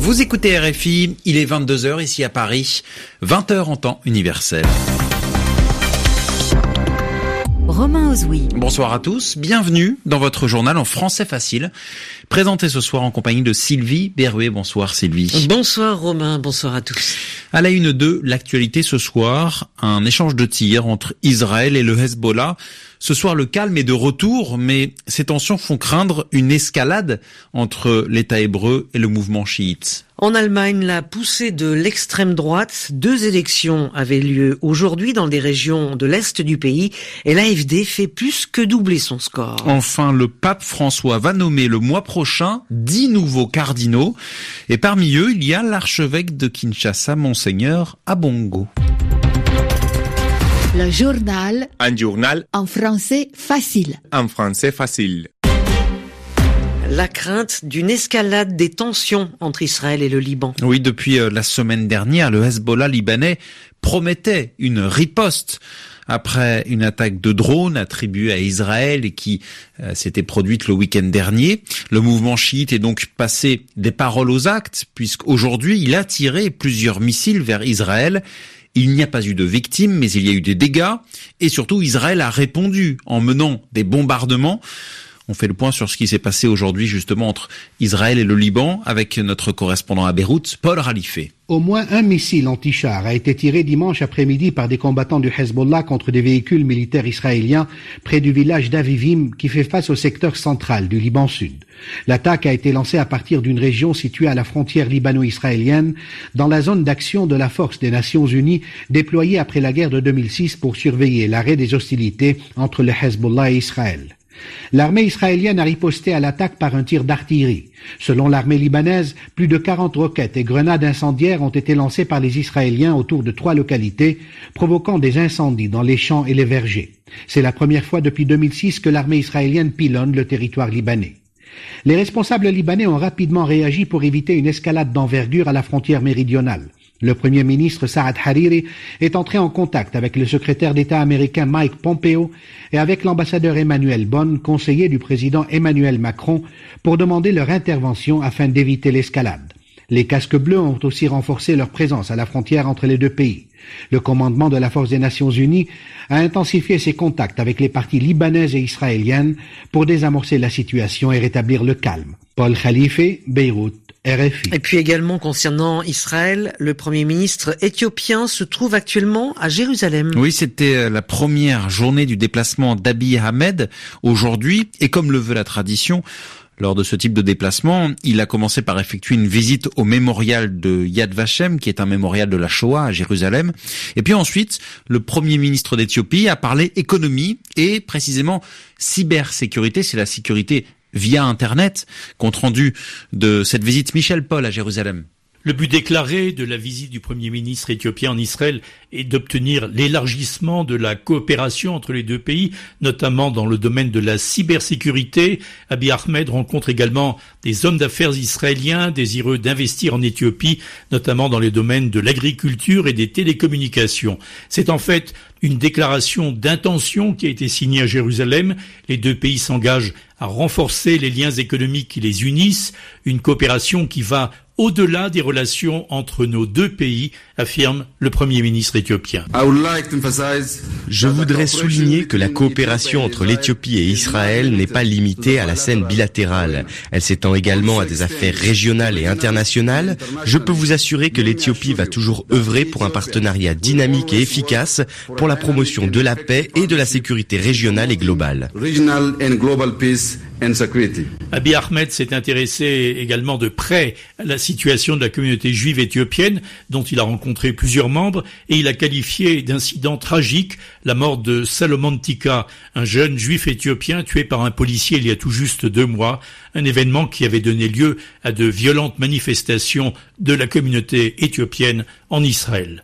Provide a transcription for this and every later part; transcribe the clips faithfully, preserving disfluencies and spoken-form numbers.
Vous écoutez R F I, il est vingt-deux heures ici à Paris, vingt heures en temps universel. Romain Ozoui. Bonsoir à tous, bienvenue dans votre journal en français facile, présenté ce soir en compagnie de Sylvie Berruet. Bonsoir Sylvie. Bonsoir Romain, bonsoir à tous. À la une de l'actualité ce soir, un échange de tirs entre Israël et le Hezbollah. Ce soir, le calme est de retour, mais ces tensions font craindre une escalade entre l'État hébreu et le mouvement chiite. En Allemagne, la poussée de l'extrême droite, deux élections avaient lieu aujourd'hui dans des régions de l'Est du pays et l'A F D fait plus que doubler son score. Enfin, le pape François va nommer le mois prochain dix nouveaux cardinaux et parmi eux, il y a l'archevêque de Kinshasa, Monseigneur Abongo. Le journal. Un journal. En français facile. En français facile. La crainte d'une escalade des tensions entre Israël et le Liban. Oui, depuis la semaine dernière, le Hezbollah libanais promettait une riposte après une attaque de drone attribuée à Israël et qui euh, s'était produite le week-end dernier. Le mouvement chiite est donc passé des paroles aux actes, puisqu'aujourd'hui, il a tiré plusieurs missiles vers Israël. Il n'y a pas eu de victimes, mais il y a eu des dégâts. Et surtout, Israël a répondu en menant des bombardements. On fait le point sur ce qui s'est passé aujourd'hui justement entre Israël et le Liban avec notre correspondant à Beyrouth, Paul Ralifé. Au moins un missile anti-char a été tiré dimanche après-midi par des combattants du Hezbollah contre des véhicules militaires israéliens près du village d'Avivim qui fait face au secteur central du Liban Sud. L'attaque a été lancée à partir d'une région située à la frontière libano-israélienne dans la zone d'action de la force des Nations Unies déployée après la guerre de deux mille six pour surveiller l'arrêt des hostilités entre le Hezbollah et Israël. L'armée israélienne a riposté à l'attaque par un tir d'artillerie. Selon l'armée libanaise, plus de quarante roquettes et grenades incendiaires ont été lancées par les Israéliens autour de trois localités, provoquant des incendies dans les champs et les vergers. C'est la première fois depuis deux mille six que l'armée israélienne pilonne le territoire libanais. Les responsables libanais ont rapidement réagi pour éviter une escalade d'envergure à la frontière méridionale. Le premier ministre Saad Hariri est entré en contact avec le secrétaire d'État américain Mike Pompeo et avec l'ambassadeur Emmanuel Bonne, conseiller du président Emmanuel Macron, pour demander leur intervention afin d'éviter l'escalade. Les casques bleus ont aussi renforcé leur présence à la frontière entre les deux pays. Le commandement de la force des Nations Unies a intensifié ses contacts avec les parties libanaises et israéliennes pour désamorcer la situation et rétablir le calme. Paul Khalife, Beyrouth. R F I. Et puis également concernant Israël, le Premier ministre éthiopien se trouve actuellement à Jérusalem. Oui, c'était la première journée du déplacement d'Abiy Ahmed aujourd'hui et comme le veut la tradition, lors de ce type de déplacement, il a commencé par effectuer une visite au mémorial de Yad Vashem, qui est un mémorial de la Shoah à Jérusalem. Et puis ensuite, le Premier ministre d'Éthiopie a parlé économie et précisément cybersécurité, c'est la sécurité via Internet. Compte rendu de cette visite, Michel Paul à Jérusalem. Le but déclaré de la visite du Premier ministre éthiopien en Israël est d'obtenir l'élargissement de la coopération entre les deux pays, notamment dans le domaine de la cybersécurité. Abiy Ahmed rencontre également des hommes d'affaires israéliens désireux d'investir en Éthiopie, notamment dans les domaines de l'agriculture et des télécommunications. C'est en fait une déclaration d'intention qui a été signée à Jérusalem. Les deux pays s'engagent à renforcer les liens économiques qui les unissent, une coopération qui va au-delà des relations entre nos deux pays, affirme le Premier ministre éthiopien. Je voudrais souligner que la coopération entre l'Éthiopie et Israël n'est pas limitée à la scène bilatérale. Elle s'étend également à des affaires régionales et internationales. Je peux vous assurer que l'Éthiopie va toujours œuvrer pour un partenariat dynamique et efficace pour la promotion de la paix et de la sécurité régionale et globale. Abiy Ahmed s'est intéressé également de près à la situation de la communauté juive éthiopienne, dont il a rencontré plusieurs membres, et il a qualifié d'incident tragique la mort de Salomon Tika, un jeune juif éthiopien tué par un policier il y a tout juste deux mois, un événement qui avait donné lieu à de violentes manifestations de la communauté éthiopienne en Israël.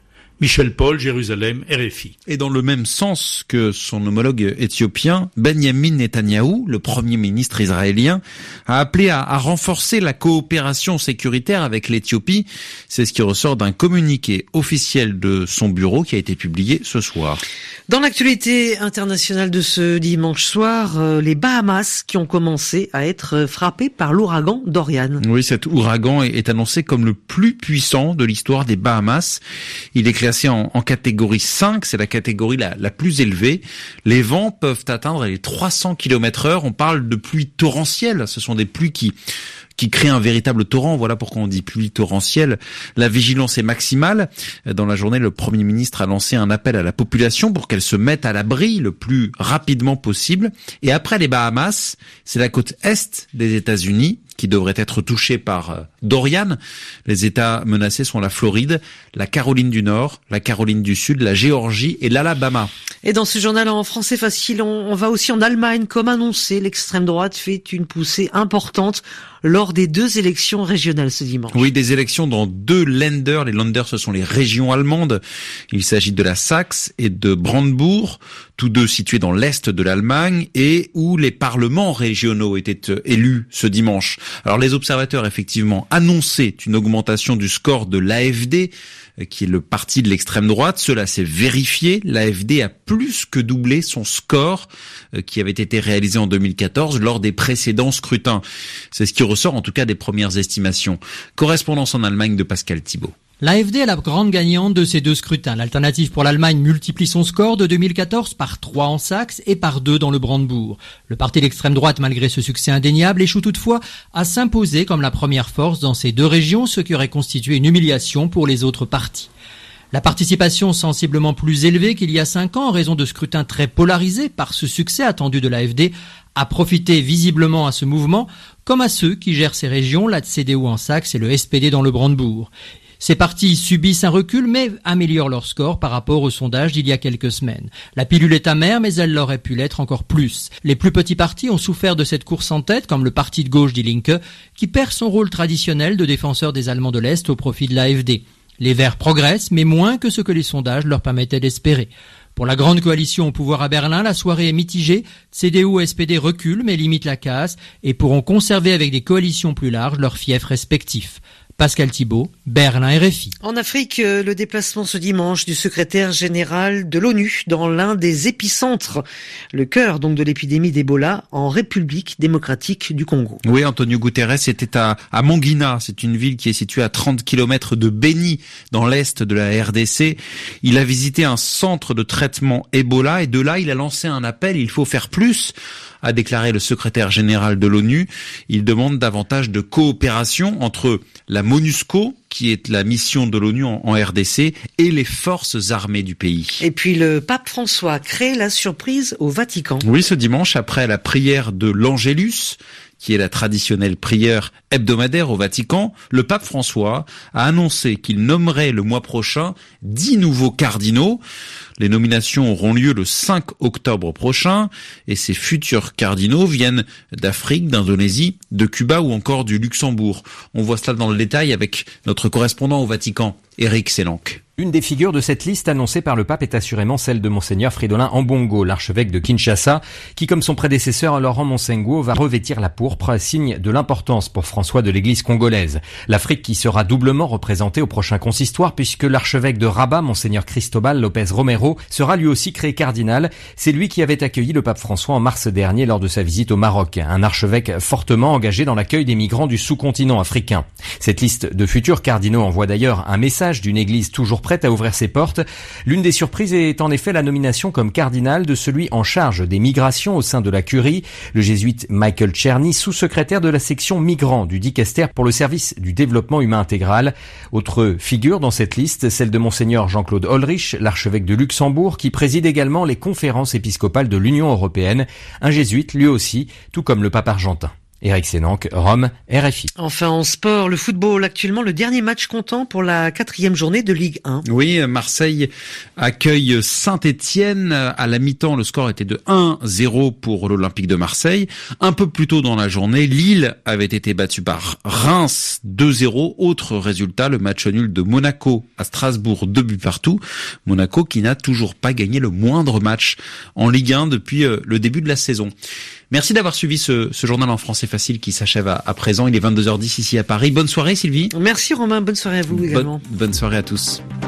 Michel Paul, Jérusalem, R F I. Et dans le même sens que son homologue éthiopien, Benjamin Netanyahou, le premier ministre israélien, a appelé à, à renforcer la coopération sécuritaire avec l'Éthiopie. C'est ce qui ressort d'un communiqué officiel de son bureau qui a été publié ce soir. Dans l'actualité internationale de ce dimanche soir, euh, les Bahamas qui ont commencé à être frappés par l'ouragan Dorian. Oui, cet ouragan est annoncé comme le plus puissant de l'histoire des Bahamas. Il est classé en, en catégorie cinq, c'est la catégorie la, la plus élevée. Les vents peuvent atteindre les trois cents kilomètres heure. On parle de pluies torrentielles. Ce sont des pluies qui qui crée un véritable torrent. Voilà pourquoi on dit pluie torrentielle. La vigilance est maximale. Dans la journée, le Premier ministre a lancé un appel à la population pour qu'elle se mette à l'abri le plus rapidement possible. Et après les Bahamas, c'est la côte est des États-Unis qui devrait être touchée par Dorian. Les États menacés sont la Floride, la Caroline du Nord, la Caroline du Sud, la Géorgie et l'Alabama. Et dans ce journal en français facile, on, on va aussi en Allemagne. Comme annoncé, l'extrême droite fait une poussée importante lors des deux élections régionales ce dimanche. Oui, des élections dans deux Länder. Les Länder, ce sont les régions allemandes. Il s'agit de la Saxe et de Brandebourg, tous deux situés dans l'est de l'Allemagne et où les parlements régionaux étaient élus ce dimanche. Alors les observateurs, effectivement, annonçaient une augmentation du score de l'A F D, qui est le parti de l'extrême droite. Cela s'est vérifié. L'A F D a plus que doublé son score qui avait été réalisé en deux mille quatorze lors des précédents scrutins. C'est ce qui ressort en tout cas des premières estimations. Correspondance en Allemagne de Pascal Thibault. L'A F D est la grande gagnante de ces deux scrutins. L'Alternative pour l'Allemagne multiplie son score de deux mille quatorze par trois en Saxe et par deux dans le Brandebourg. Le parti d'extrême droite, malgré ce succès indéniable, échoue toutefois à s'imposer comme la première force dans ces deux régions, ce qui aurait constitué une humiliation pour les autres partis. La participation sensiblement plus élevée qu'il y a cinq ans en raison de scrutins très polarisés par ce succès attendu de l'A F D a profité visiblement à ce mouvement, comme à ceux qui gèrent ces régions, la C D U en Saxe et le S P D dans le Brandebourg. Ces partis subissent un recul mais améliorent leur score par rapport au sondage d'il y a quelques semaines. La pilule est amère mais elle aurait pu l'être encore plus. Les plus petits partis ont souffert de cette course en tête comme le parti de gauche Die Linke qui perd son rôle traditionnel de défenseur des Allemands de l'Est au profit de l'A F D. Les Verts progressent mais moins que ce que les sondages leur permettaient d'espérer. Pour la grande coalition au pouvoir à Berlin, la soirée est mitigée. C D U et S P D reculent mais limitent la casse et pourront conserver avec des coalitions plus larges leurs fiefs respectifs. Pascal Thibault, Berlin R F I. En Afrique, le déplacement ce dimanche du secrétaire général de l'ONU dans l'un des épicentres, le cœur donc de l'épidémie d'Ebola en République démocratique du Congo. Oui, Antonio Guterres était à, à Mangina, c'est une ville qui est située à trente kilomètres de Beni, dans l'est de la R D C. Il a visité un centre de traitement Ebola et de là, il a lancé un appel, il faut faire plus, a déclaré le secrétaire général de l'ONU. Il demande davantage de coopération entre la MONUSCO, qui est la mission de l'ONU en, en R D C, et les forces armées du pays. Et puis le pape François crée la surprise au Vatican. Oui, ce dimanche, après la prière de l'Angélus, qui est la traditionnelle prière hebdomadaire au Vatican, le pape François a annoncé qu'il nommerait le mois prochain dix nouveaux cardinaux. Les nominations auront lieu le cinq octobre prochain et ces futurs cardinaux viennent d'Afrique, d'Indonésie, de Cuba ou encore du Luxembourg. On voit cela dans le détail avec notre correspondant au Vatican, Éric Sélanque. Une des figures de cette liste annoncée par le pape est assurément celle de Monseigneur Fridolin Ambongo, l'archevêque de Kinshasa, qui, comme son prédécesseur Laurent Monsengo, va revêtir la pourpre, signe de l'importance pour François de l'église congolaise. L'Afrique qui sera doublement représentée au prochain consistoire puisque l'archevêque de Rabat, Monseigneur Cristobal Lopez Romero, sera lui aussi créé cardinal. C'est lui qui avait accueilli le pape François en mars dernier lors de sa visite au Maroc. Un archevêque fortement engagé dans l'accueil des migrants du sous-continent africain. Cette liste de futurs cardinaux envoie d'ailleurs un message d'une église toujours prête à ouvrir ses portes. L'une des surprises est en effet la nomination comme cardinal de celui en charge des migrations au sein de la curie, le jésuite Michael Czerny, sous-secrétaire de la section migrants du Dicaster pour le service du développement humain intégral. Autre figure dans cette liste, celle de Monseigneur Jean-Claude Ulrich, l'archevêque de Luxembourg, qui préside également les conférences épiscopales de l'Union européenne, un jésuite lui aussi, tout comme le pape argentin. Éric Sénanque, Rome, R F I. Enfin en sport, le football, actuellement le dernier match comptant pour la quatrième journée de Ligue un. Oui, Marseille accueille Saint-Étienne. À la mi-temps, le score était de un zéro pour l'Olympique de Marseille. Un peu plus tôt dans la journée, Lille avait été battu par Reims deux zéro. Autre résultat, le match nul de Monaco à Strasbourg, deux buts partout. Monaco qui n'a toujours pas gagné le moindre match en Ligue un depuis le début de la saison. Merci d'avoir suivi ce, ce journal en français facile qui s'achève à, à présent. Il est vingt-deux heures dix ici à Paris. Bonne soirée Sylvie. Merci Romain, bonne soirée à vous également. Bonne, bonne soirée à tous.